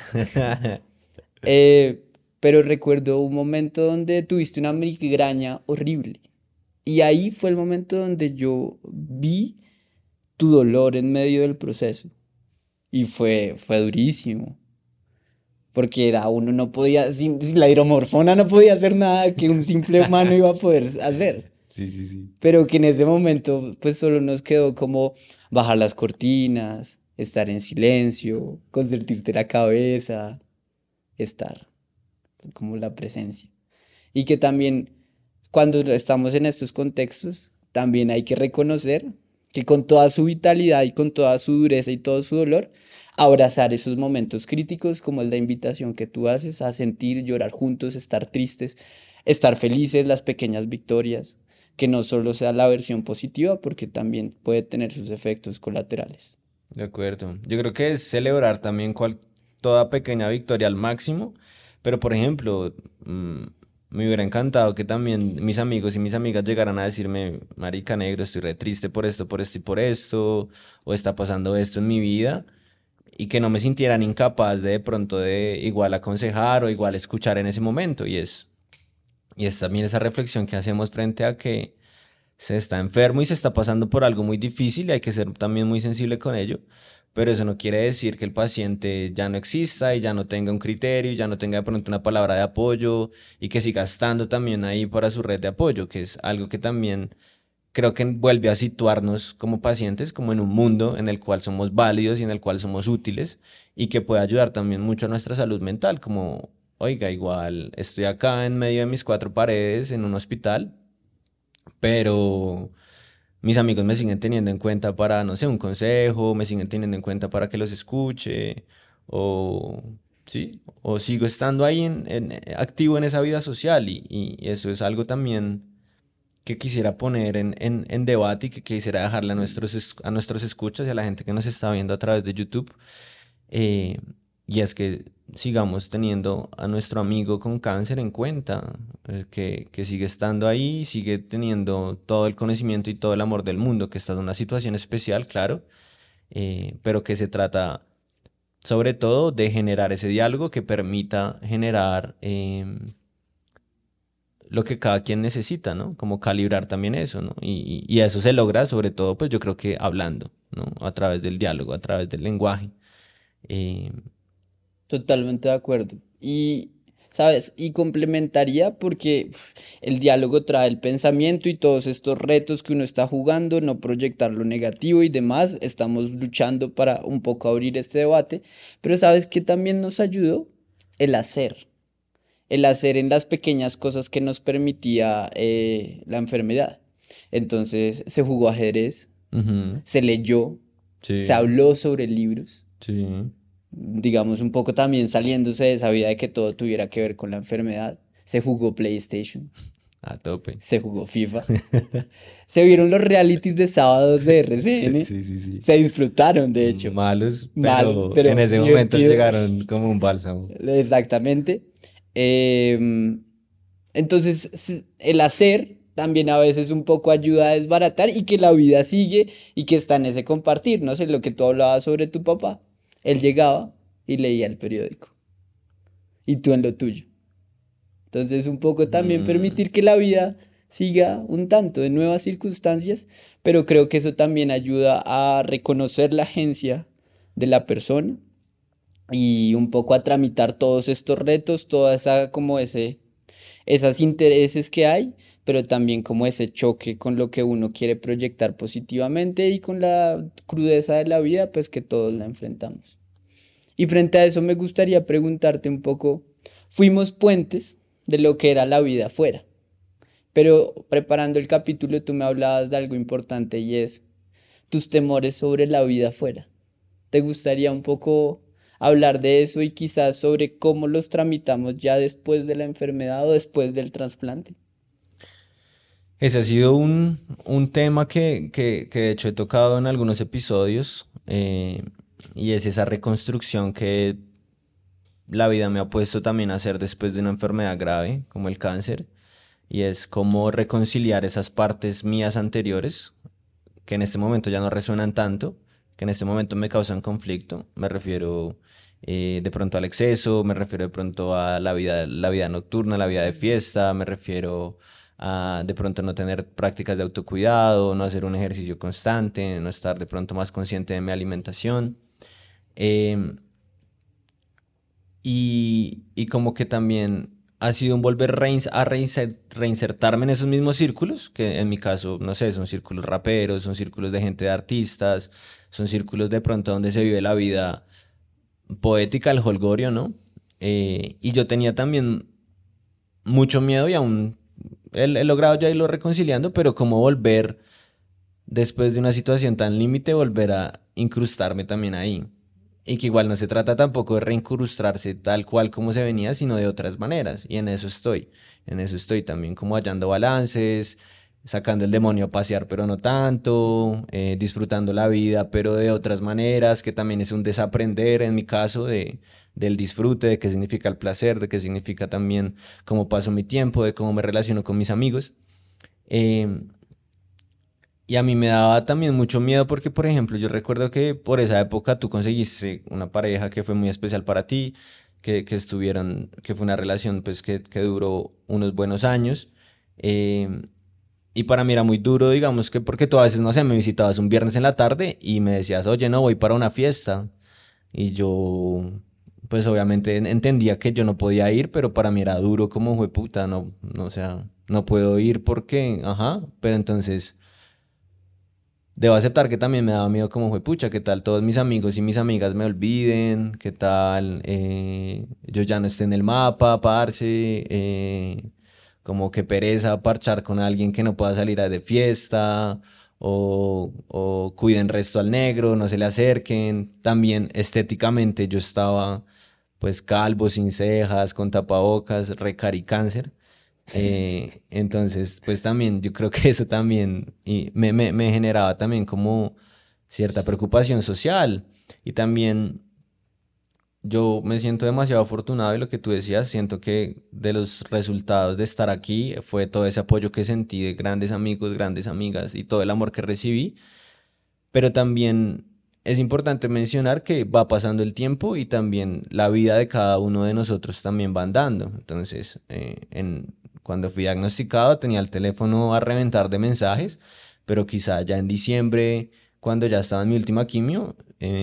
eh, pero recuerdo un momento donde tuviste una migraña horrible y ahí fue el momento donde yo vi tu dolor en medio del proceso y fue durísimo. Porque era uno no podía, sin la hidromorfona no podía hacer nada que un simple humano iba a poder hacer. Sí, sí, sí. Pero que en ese momento pues solo nos quedó como bajar las cortinas, estar en silencio, consentirte la cabeza, estar como la presencia. Y que también cuando estamos en estos contextos, también hay que reconocer que con toda su vitalidad y con toda su dureza y todo su dolor, abrazar esos momentos críticos como es la invitación que tú haces a sentir, llorar juntos, estar tristes, estar felices, las pequeñas victorias, que no solo sea la versión positiva, porque también puede tener sus efectos colaterales. De acuerdo. Yo creo que es celebrar también toda pequeña victoria al máximo, pero por ejemplo, me hubiera encantado que también mis amigos y mis amigas llegaran a decirme, marica negro, estoy re triste por esto y por esto, o está pasando esto en mi vida, y que no me sintieran incapaz de pronto de igual aconsejar o igual escuchar en ese momento, y es también esa reflexión que hacemos frente a que se está enfermo y se está pasando por algo muy difícil y hay que ser también muy sensible con ello, pero eso no quiere decir que el paciente ya no exista y ya no tenga un criterio, y ya no tenga de pronto una palabra de apoyo y que siga estando también ahí para su red de apoyo, que es algo que también creo que vuelve a situarnos como pacientes, como en un mundo en el cual somos válidos y en el cual somos útiles y que puede ayudar también mucho a nuestra salud mental, como, oiga, igual estoy acá en medio de mis cuatro paredes en un hospital, pero mis amigos me siguen teniendo en cuenta para, no sé, un consejo, me siguen teniendo en cuenta para que los escuche, o sí, o sigo estando ahí activo en esa vida social y eso es algo también que quisiera poner en debate y que quisiera dejarle a nuestros escuchas y a la gente que nos está viendo a través de YouTube. eh, y es que sigamos teniendo a nuestro amigo con cáncer en cuenta, que sigue estando ahí, sigue teniendo todo el conocimiento y todo el amor del mundo, que está en una situación especial, claro, pero que se trata sobre todo de generar ese diálogo que permita generar lo que cada quien necesita, ¿no? Como calibrar también eso, ¿no? Y eso se logra sobre todo, pues yo creo que hablando, ¿no? A través del diálogo, a través del lenguaje. Eh, Totalmente de acuerdo. Y, ¿sabes? Y complementaría porque el diálogo trae el pensamiento y todos estos retos que uno está jugando, no proyectar lo negativo y demás. Estamos luchando para un poco abrir este debate. Pero ¿sabes qué también nos ayudó? El hacer. El hacer en las pequeñas cosas que nos permitía la enfermedad. Entonces se jugó ajedrez, ujú, se leyó, se sí, habló sobre libros, sí, digamos, un poco también saliéndose de esa vida de que todo tuviera que ver con la enfermedad. Se jugó PlayStation, a tope. se jugó FIFA, se vieron los realities de sábados de RCN, Sí, sí, sí. se disfrutaron, de hecho. Malos, Malos, pero en pero ese momento divertidos. llegaron como un bálsamo. Exactamente. Em, entonces, el hacer también a veces un poco ayuda a desbaratar y que la vida sigue y que está en ese compartir. No sé, lo que tú hablabas sobre tu papá. Él llegaba y leía el periódico y tú en lo tuyo. Entonces, un poco también Mm, permitir que la vida siga un tanto de nuevas circunstancias, pero creo que eso también ayuda a reconocer la agencia de la persona y un poco a tramitar todos estos retos, toda esa como ese esas intereses que hay, pero también como ese choque con lo que uno quiere proyectar positivamente y con la crudeza de la vida, pues que todos la enfrentamos. Y frente a eso me gustaría preguntarte un poco, fuimos puentes de lo que era la vida afuera, pero preparando el capítulo tú me hablabas de algo importante y es tus temores sobre la vida afuera. ¿Te gustaría un poco hablar de eso y quizás sobre cómo los tramitamos ya después de la enfermedad o después del trasplante? ese ha sido un tema que de hecho he tocado en algunos episodios y es esa reconstrucción que la vida me ha puesto también a hacer después de una enfermedad grave como el cáncer y es cómo reconciliar esas partes mías anteriores que en este momento ya no resuenan tanto, que en este momento me causan conflicto. Me refiero de pronto al exceso, me refiero de pronto a la vida nocturna, la vida de fiesta, me refiero a de pronto no tener prácticas de autocuidado, no hacer un ejercicio constante, no estar de pronto más consciente de mi alimentación. Em, y como que también ha sido un volver reinsertarme en esos mismos círculos, que en mi caso, no sé, son círculos raperos, son círculos de gente de artistas, son círculos de pronto donde se vive la vida poética, el holgorio, ¿no? Y yo tenía también mucho miedo y aún he logrado ya irlo reconciliando, pero como volver después de una situación tan límite, volver a incrustarme también ahí. Y que igual no se trata tampoco de reincrustarse tal cual como se venía, sino de otras maneras. Y en eso estoy. En eso estoy también como hallando balances, sacando el demonio a pasear, pero no tanto, disfrutando la vida, pero de otras maneras, que también es un desaprender en mi caso del disfrute, de qué significa el placer, de qué significa también cómo paso mi tiempo, de cómo me relaciono con mis amigos. Em, y a mí me daba también mucho miedo porque, por ejemplo, yo recuerdo que por esa época tú conseguiste una pareja que fue muy especial para ti, que estuvieron, que fue una relación pues que duró unos buenos años. em, y para mí era muy duro, digamos que porque tú a veces, no sé, me visitabas un viernes en la tarde y me decías, oye, no, voy para una fiesta. Y yo, pues obviamente entendía que yo no podía ir, pero para mí era duro como, fue puta, no, no, o sea, no puedo ir porque, ajá, pero entonces... Debo aceptar que también me daba miedo como fue pucha, qué tal todos mis amigos y mis amigas me olviden, qué tal yo ya no esté en el mapa, parce, como que pereza parchar con alguien que no pueda salir a de fiesta, o cuiden resto al negro, no se le acerquen. También estéticamente yo estaba pues calvo, sin cejas, con tapabocas, re caricáncer. Entonces, pues también yo creo que eso también y me generaba también como cierta preocupación social. Y también yo me siento demasiado afortunado y lo que tú decías, siento que de los resultados de estar aquí fue todo ese apoyo que sentí de grandes amigos, grandes amigas y todo el amor que recibí, pero también es importante mencionar que va pasando el tiempo y también la vida de cada uno de nosotros también va andando. Entonces, cuando fui diagnosticado tenía el teléfono a reventar de mensajes, pero quizá ya en diciembre, cuando ya estaba en mi última quimio,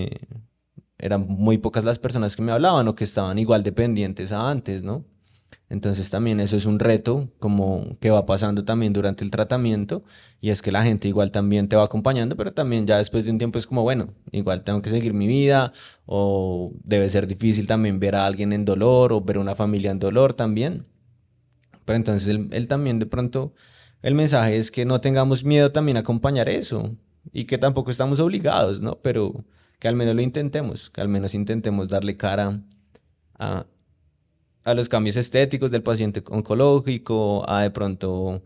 eran muy pocas las personas que me hablaban o que estaban igual de pendientes a antes, ¿no? Entonces también eso es un reto como que va pasando también durante el tratamiento y es que la gente igual también te va acompañando, pero también ya después de un tiempo es como, bueno, igual tengo que seguir mi vida o debe ser difícil también ver a alguien en dolor o ver a una familia en dolor también. Pero entonces él también de pronto, el mensaje es que no tengamos miedo también a acompañar eso y que tampoco estamos obligados, ¿no? Pero que al menos lo intentemos, que al menos intentemos darle cara a, a los cambios estéticos del paciente oncológico, a de pronto,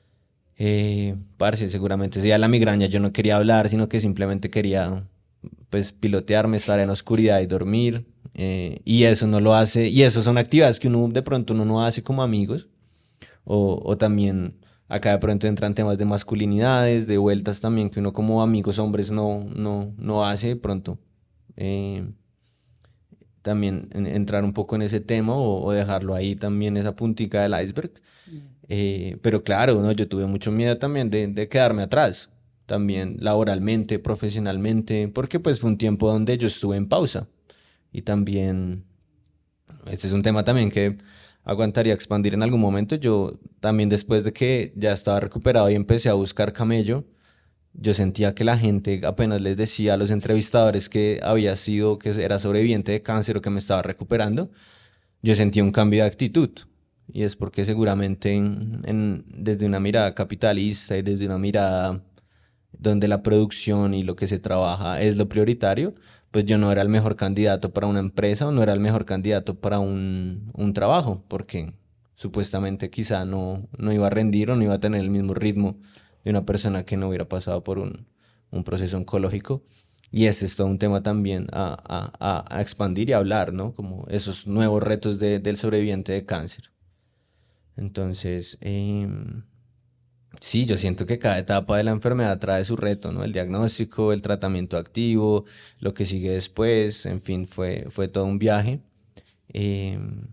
parce, seguramente sea la migraña, yo no quería hablar, sino que simplemente quería, pues, pilotearme, estar en oscuridad y dormir, y eso no lo hace, y eso son actividades que uno de pronto uno no hace como amigos, o también acá de pronto entran temas de masculinidades, de vueltas también que uno como amigos hombres no hace de pronto. Eh, También entrar un poco en ese tema o dejarlo ahí también esa puntica del iceberg. Pero claro, ¿no? Yo tuve mucho miedo también de quedarme atrás, también laboralmente, profesionalmente, porque pues fue un tiempo donde yo estuve en pausa. Y también, este es un tema también que aguantaría expandir en algún momento. Yo también después de que ya estaba recuperado y empecé a buscar camello, yo sentía que la gente apenas les decía a los entrevistadores que había sido, que era sobreviviente de cáncer o que me estaba recuperando, yo sentía un cambio de actitud. Y es porque seguramente desde una mirada capitalista y desde una mirada donde la producción y lo que se trabaja es lo prioritario, pues yo no era el mejor candidato para una empresa o no era el mejor candidato para un trabajo, porque supuestamente quizá no iba a rendir o no iba a tener el mismo ritmo de una persona que no hubiera pasado por un proceso oncológico. Y este es todo un tema también a expandir y hablar, ¿no? Como esos nuevos retos del sobreviviente de cáncer. Entonces, sí, yo siento que cada etapa de la enfermedad trae su reto, ¿no? El diagnóstico, el tratamiento activo, lo que sigue después, en fin, fue todo un viaje, em,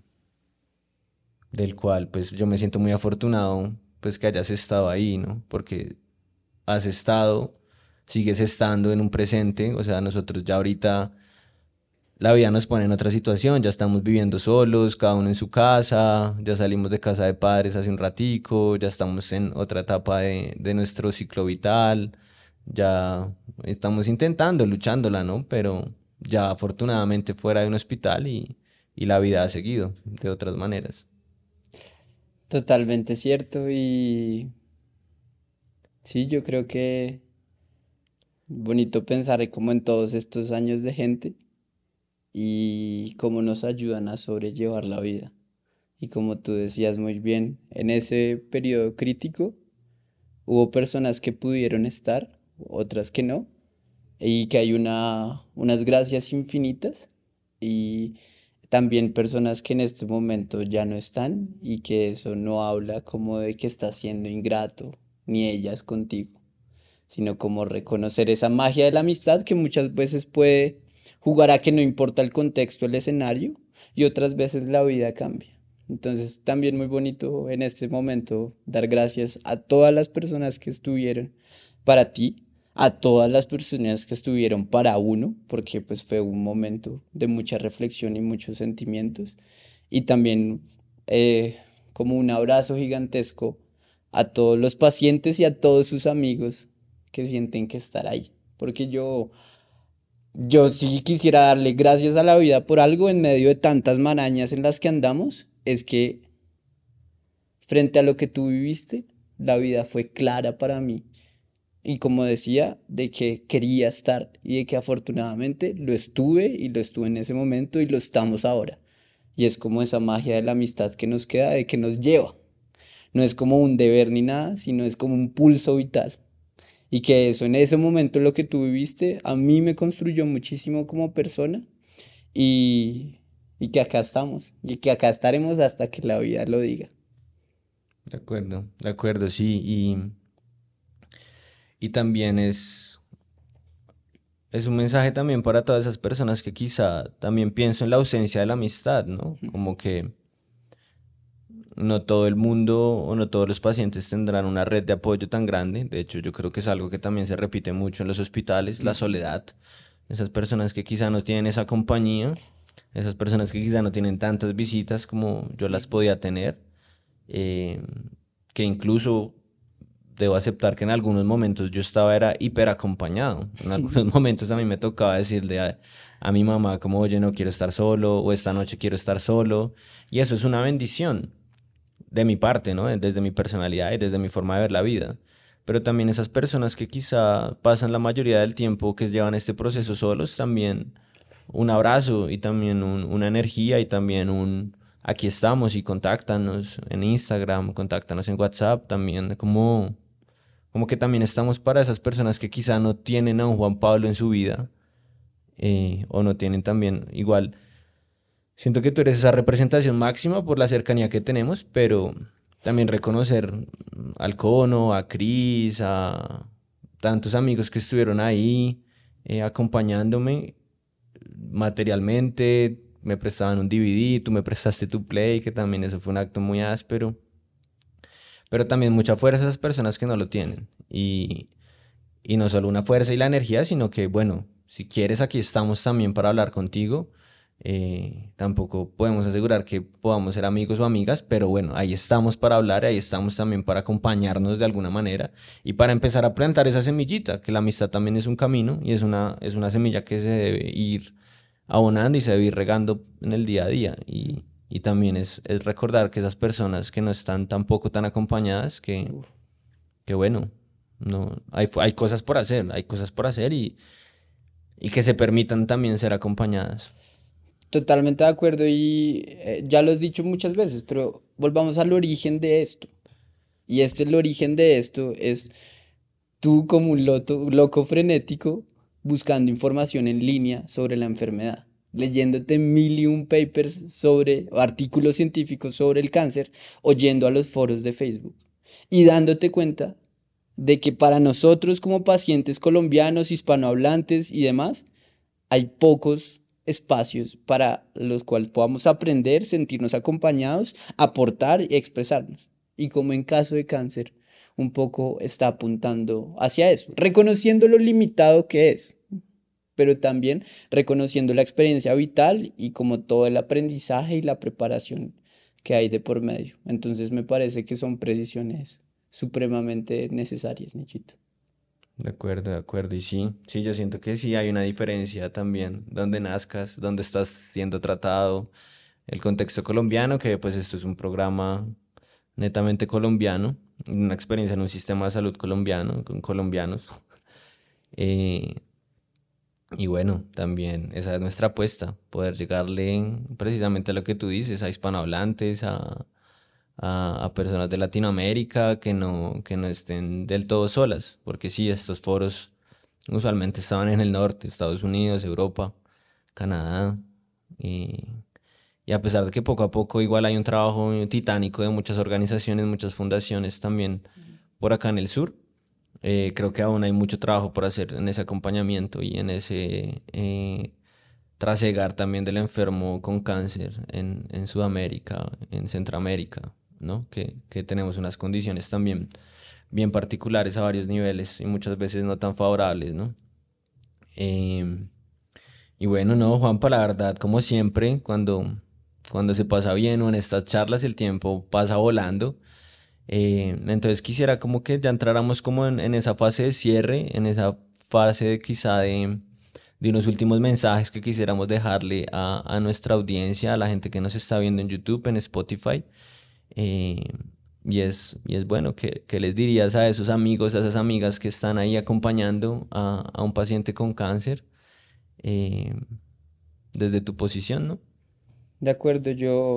del cual pues yo me siento muy afortunado pues que hayas estado ahí, ¿no? Porque has estado, sigues estando en un presente, o sea, nosotros ya ahorita la vida nos pone en otra situación, ya estamos viviendo solos, cada uno en su casa, ya salimos de casa de padres hace un ratico, ya estamos en otra etapa de nuestro ciclo vital, ya estamos intentando, luchándola, ¿no? Pero ya afortunadamente fuera de un hospital y la vida ha seguido de otras maneras. Totalmente cierto y sí, yo creo que bonito pensar como en todos estos años de gente y cómo nos ayudan a sobrellevar la vida. Y como tú decías muy bien, en ese periodo crítico hubo personas que pudieron estar, otras que no, y que hay unas gracias infinitas y también personas que en este momento ya no están y que eso no habla como de que estás siendo ingrato, ni ellas contigo, sino como reconocer esa magia de la amistad que muchas veces puede jugar a que no importa el contexto, el escenario, y otras veces la vida cambia. Entonces también muy bonito en este momento dar gracias a todas las personas que estuvieron para ti, a todas las personas que estuvieron para uno, porque pues fue un momento de mucha reflexión y muchos sentimientos, y también como un abrazo gigantesco a todos los pacientes y a todos sus amigos que sienten que estar ahí. Porque yo sí quisiera darle gracias a la vida por algo en medio de tantas marañas en las que andamos, es que frente a lo que tú viviste, la vida fue clara para mí. Y como decía, de que quería estar y de que afortunadamente lo estuve en ese momento y lo estamos ahora. Y es como esa magia de la amistad que nos queda, de que nos lleva. No es como un deber ni nada, sino es como un pulso vital. Y que eso, en ese momento lo que tú viviste, a mí me construyó muchísimo como persona y, y que acá estamos y que acá estaremos hasta que la vida lo diga. De acuerdo, sí. Y también es un mensaje también para todas esas personas que quizá también pienso en la ausencia de la amistad, ¿no? Como que no todo el mundo o no todos los pacientes tendrán una red de apoyo tan grande. De hecho, yo creo que es algo que también se repite mucho en los hospitales, la soledad. Esas personas que quizá no tienen esa compañía, esas personas que quizá no tienen tantas visitas como yo las podía tener, eh, que incluso debo aceptar que en algunos momentos yo estaba era hiper acompañado. En algunos momentos a mí me tocaba decirle a mi mamá como, oye, no quiero estar solo o esta noche quiero estar solo. Y eso es una bendición de mi parte, ¿no? Desde mi personalidad y desde mi forma de ver la vida. Pero también esas personas que quizá pasan la mayoría del tiempo que llevan este proceso solos, también un abrazo y también una energía y también un aquí estamos y contáctanos en Instagram, contáctanos en WhatsApp, también como que también estamos para esas personas que quizá no tienen a un Juan Pablo en su vida o no tienen también igual. Siento que tú eres esa representación máxima por la cercanía que tenemos, pero también reconocer al Cono, a Cris, a tantos amigos que estuvieron ahí acompañándome materialmente, me prestaban un DVD, tú me prestaste tu Play, que también eso fue un acto muy áspero, pero también mucha fuerza a esas personas que no lo tienen. Y no solo una fuerza y la energía, sino que, bueno, si quieres, aquí estamos también para hablar contigo. Tampoco podemos asegurar que podamos ser amigos o amigas, pero bueno, ahí estamos para hablar, ahí estamos también para acompañarnos de alguna manera y para empezar a plantar esa semillita, que la amistad también es un camino y es una semilla que se debe ir abonando y se debe ir regando en el día a día. Y también es recordar que esas personas que no están tampoco tan acompañadas, que bueno, no, hay cosas por hacer, hay cosas por hacer y que se permitan también ser acompañadas. Totalmente de acuerdo y ya lo has dicho muchas veces, pero volvamos al origen de esto. Y el origen de esto es tú como un loco frenético buscando información en línea sobre la enfermedad, leyéndote mil y un papers sobre, o artículos científicos sobre el cáncer, o yendo a los foros de Facebook y dándote cuenta de que para nosotros como pacientes colombianos, hispanohablantes y demás, hay pocos espacios para los cuales podamos aprender, sentirnos acompañados, aportar y expresarnos. Y como en caso de cáncer, un poco está apuntando hacia eso, reconociendo lo limitado que es, pero también reconociendo la experiencia vital y como todo el aprendizaje y la preparación que hay de por medio. Entonces me parece que son precisiones supremamente necesarias, Nichito. De acuerdo, de acuerdo. Y sí, sí, yo siento que sí hay una diferencia también, donde nazcas, donde estás siendo tratado, el contexto colombiano, que pues esto es un programa netamente colombiano, una experiencia en un sistema de salud colombiano, con colombianos. Eh, y bueno, también esa es nuestra apuesta, poder llegarle precisamente a lo que tú dices, a hispanohablantes, a personas de Latinoamérica que no estén del todo solas, porque sí, estos foros usualmente estaban en el norte, Estados Unidos, Europa, Canadá, y, y a pesar de que poco a poco igual hay un trabajo titánico de muchas organizaciones, muchas fundaciones también por acá en el sur, creo que aún hay mucho trabajo por hacer en ese acompañamiento y en ese trasegar también del enfermo con cáncer en Sudamérica, en Centroamérica, ¿no? Que tenemos unas condiciones también bien particulares a varios niveles y muchas veces no tan favorables, ¿no? Em, y bueno, no, Juanpa, la verdad, como siempre, cuando se pasa bien o en estas charlas el tiempo pasa volando. Entonces quisiera como que ya entráramos como en esa fase de cierre, en esa fase quizá de unos últimos mensajes que quisiéramos dejarle a nuestra audiencia, a la gente que nos está viendo en YouTube, en Spotify. Eh, y es bueno, que les dirías a esos amigos, a esas amigas que están ahí acompañando a un paciente con cáncer eh, desde tu posición, ¿no? De acuerdo,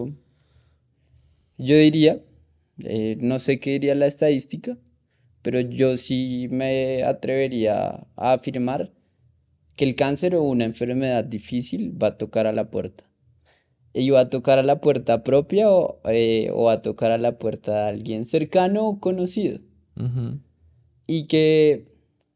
yo diría, no sé qué diría la estadística, pero yo sí me atrevería a afirmar que el cáncer o una enfermedad difícil va a tocar a la puerta. Y va a tocar a la puerta propia o va a tocar a la puerta de alguien cercano o conocido. Ujú. Y que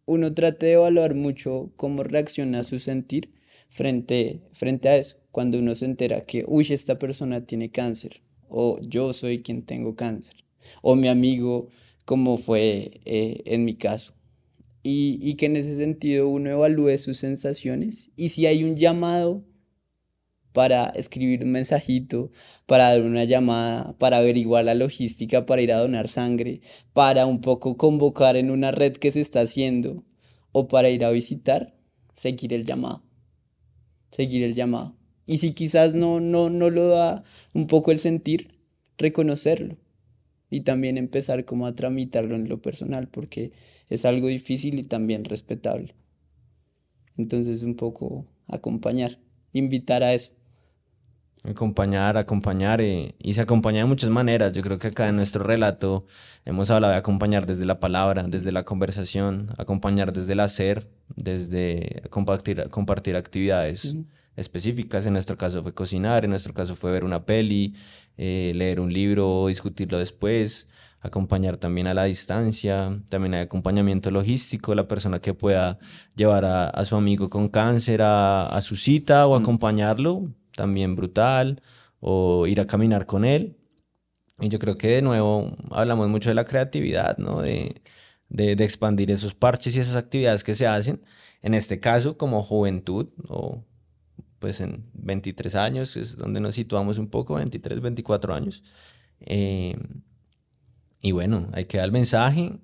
uno trate de evaluar mucho cómo reacciona a su sentir frente a eso. Cuando uno se entera que, uy, esta persona tiene cáncer, o yo soy quien tengo cáncer, o mi amigo, como fue en mi caso. Y que en ese sentido uno evalúe sus sensaciones y si hay un llamado para escribir un mensajito, para dar una llamada, para averiguar la logística, para ir a donar sangre, para un poco convocar en una red que se está haciendo o para ir a visitar, seguir el llamado, seguir el llamado. Y si quizás no lo da un poco el sentir, reconocerlo y también empezar como a tramitarlo en lo personal, porque es algo difícil y también respetable. Entonces un poco acompañar, invitar a eso. Acompañar, y se acompaña de muchas maneras. Yo creo que acá en nuestro relato hemos hablado de acompañar desde la palabra, desde la conversación, acompañar desde el hacer, desde compartir actividades Ujú. específicas. En nuestro caso fue cocinar, en nuestro caso fue ver una peli, leer un libro, discutirlo después, acompañar también a la distancia, también hay acompañamiento logístico, la persona que pueda llevar a su amigo con cáncer a su cita o Mm. acompañarlo, también brutal, o ir a caminar con él. Y yo creo que de nuevo hablamos mucho de la creatividad, ¿no? De expandir esos parches y esas actividades que se hacen, en este caso como juventud, o pues en 23 años, es donde nos situamos un poco, 23, 24 años. Eh, y bueno, hay que dar el mensaje.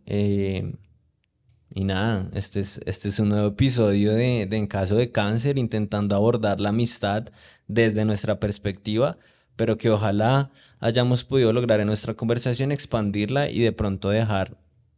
Y nada, este es un nuevo episodio de En caso de cáncer, intentando abordar la amistad desde nuestra perspectiva, pero que ojalá hayamos podido lograr en nuestra conversación expandirla y de pronto dejar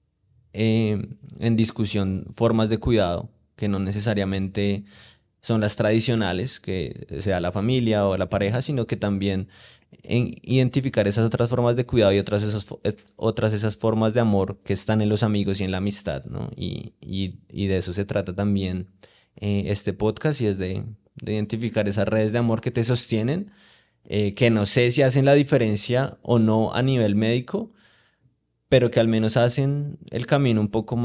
en discusión formas de cuidado que no necesariamente son las tradicionales, que sea la familia o la pareja, sino que también en identificar esas otras formas de cuidado y otras esas formas de amor que están en los amigos y en la amistad, ¿no? Y de eso se trata también este podcast, y es de identificar esas redes de amor que te sostienen, que no sé si hacen la diferencia o no a nivel médico, pero que al menos hacen el camino un poco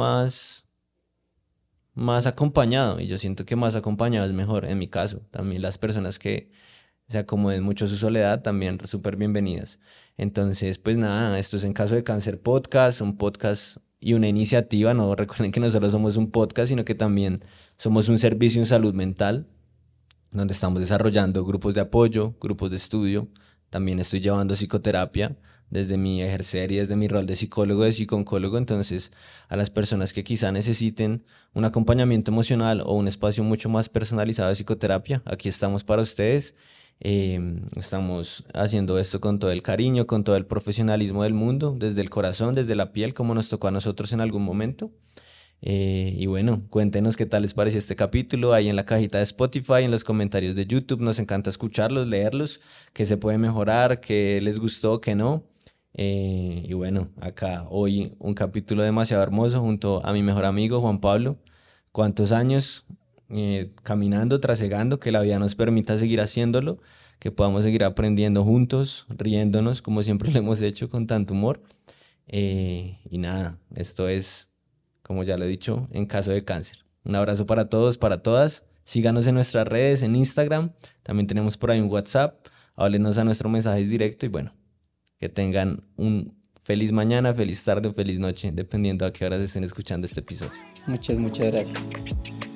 más acompañado, y yo siento que más acompañado es mejor, en mi caso. También las personas que se acomoden mucho a su soledad, también súper bienvenidas. Entonces, pues nada, esto es En caso de cáncer podcast, un podcast y una iniciativa. No recuerden que no solo somos un podcast, sino que también somos un servicio en salud mental, donde estamos desarrollando grupos de apoyo, grupos de estudio. También estoy llevando psicoterapia desde mi ejercer y desde mi rol de psicólogo, de psicooncólogo. Entonces, a las personas que quizá necesiten un acompañamiento emocional o un espacio mucho más personalizado de psicoterapia, aquí estamos para ustedes. Estamos haciendo esto con todo el cariño, con todo el profesionalismo del mundo, desde el corazón, desde la piel, como nos tocó a nosotros en algún momento. Y bueno, cuéntenos qué tal les pareció este capítulo ahí en la cajita de Spotify, en los comentarios de YouTube. Nos encanta escucharlos, leerlos, qué se puede mejorar, qué les gustó, qué no. Y bueno, acá hoy un capítulo demasiado hermoso junto a mi mejor amigo Juan Pablo. ¿Cuántos años caminando, trasegando, que la vida nos permita seguir haciéndolo, que podamos seguir aprendiendo juntos, riéndonos como siempre lo hemos hecho con tanto humor? Y nada, esto es, como ya lo he dicho, En caso de cáncer. Un abrazo para todos, para todas. Síganos en nuestras redes, en Instagram. También tenemos por ahí un WhatsApp. Háblenos a nuestro mensaje directo y bueno, que tengan un feliz mañana, feliz tarde o feliz noche, dependiendo a qué horas estén escuchando este episodio. Muchas gracias.